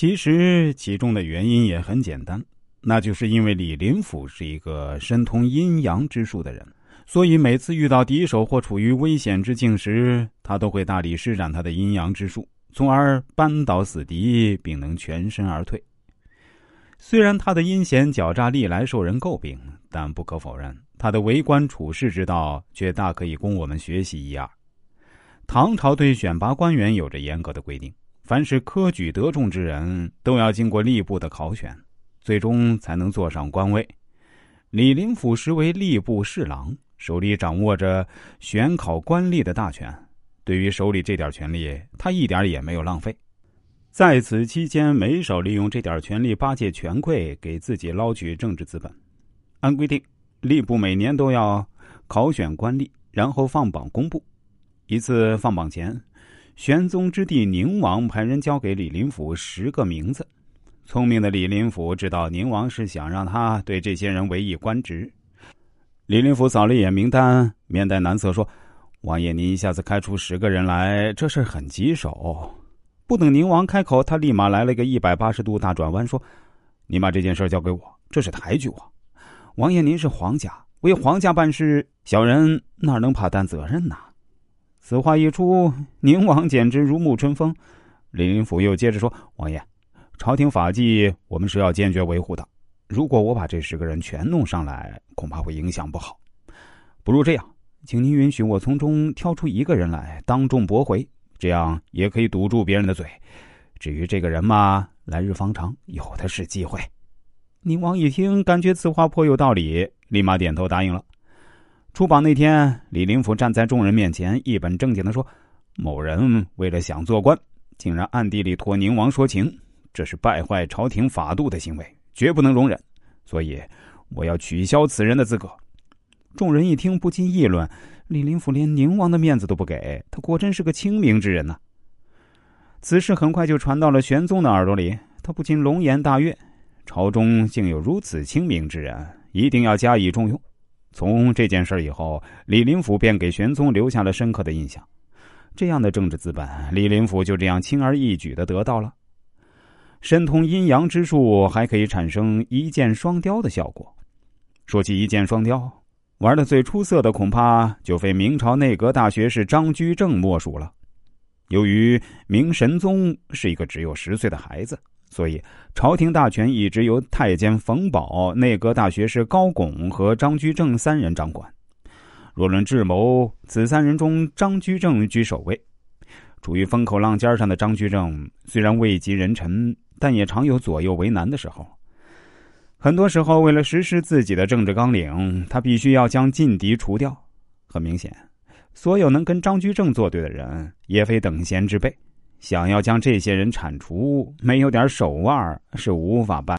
其实其中的原因也很简单，那就是因为李林甫是一个深通阴阳之术的人，所以每次遇到敌手或处于危险之境时，他都会大力施展他的阴阳之术，从而扳倒死敌，并能全身而退。虽然他的阴险狡诈历来受人诟病，但不可否认，他的为官处世之道却大可以供我们学习一二。唐朝对选拔官员有着严格的规定，凡是科举得中之人都要经过吏部的考选，最终才能坐上官位。李林甫实为吏部侍郎，手里掌握着选考官吏的大权，对于手里这点权力，他一点也没有浪费。在此期间，没少利用这点权力巴结权贵，给自己捞取政治资本。按规定，吏部每年都要考选官吏，然后放榜公布。一次放榜前，玄宗之弟宁王派人交给李林甫10个名字。聪明的李林甫知道宁王是想让他对这些人委以官职。李林甫扫了一眼名单，面带难色说：“王爷，您一下子开出10个人来，这事很棘手。”不等宁王开口，他立马来了个180度大转弯，说：“你把这件事交给我，这是抬举我。王爷您是皇家，为皇家办事，小人哪能怕担责任呢？”此话一出，宁王简直如沐春风。李林甫又接着说：“王爷，朝廷法纪我们是要坚决维护的，如果我把这10个人全弄上来，恐怕会影响不好。不如这样，请您允许我从中挑出1个人来当众驳回，这样也可以堵住别人的嘴。至于这个人嘛，来日方长，有的是机会。”宁王一听，感觉此话颇有道理，立马点头答应了。出榜那天，李林甫站在众人面前，一本正经地说：“某人为了想做官，竟然暗地里托宁王说情，这是败坏朝廷法度的行为，绝不能容忍。所以我要取消此人的资格。”众人一听，不禁议论：李林甫连宁王的面子都不给，他果真是个清明之人呐。此事很快就传到了玄宗的耳朵里，他不禁龙颜大悦，朝中竟有如此清明之人，一定要加以重用。从这件事以后，李林甫便给玄宗留下了深刻的印象。这样的政治资本，李林甫就这样轻而易举地得到了。深通阴阳之术，还可以产生一箭双雕的效果。说起一箭双雕，玩得最出色的恐怕就非明朝内阁大学士张居正莫属了。由于明神宗是一个只有10岁的孩子，所以朝廷大权一直由太监冯保、内阁大学士高拱和张居正3人掌管。若论智谋，此3人中张居正居首位。处于风口浪尖上的张居正虽然位极人臣，但也常有左右为难的时候。很多时候，为了实施自己的政治纲领，他必须要将劲敌除掉。很明显，所有能跟张居正作对的人也非等闲之辈，想要将这些人铲除，没有点手腕是无法办。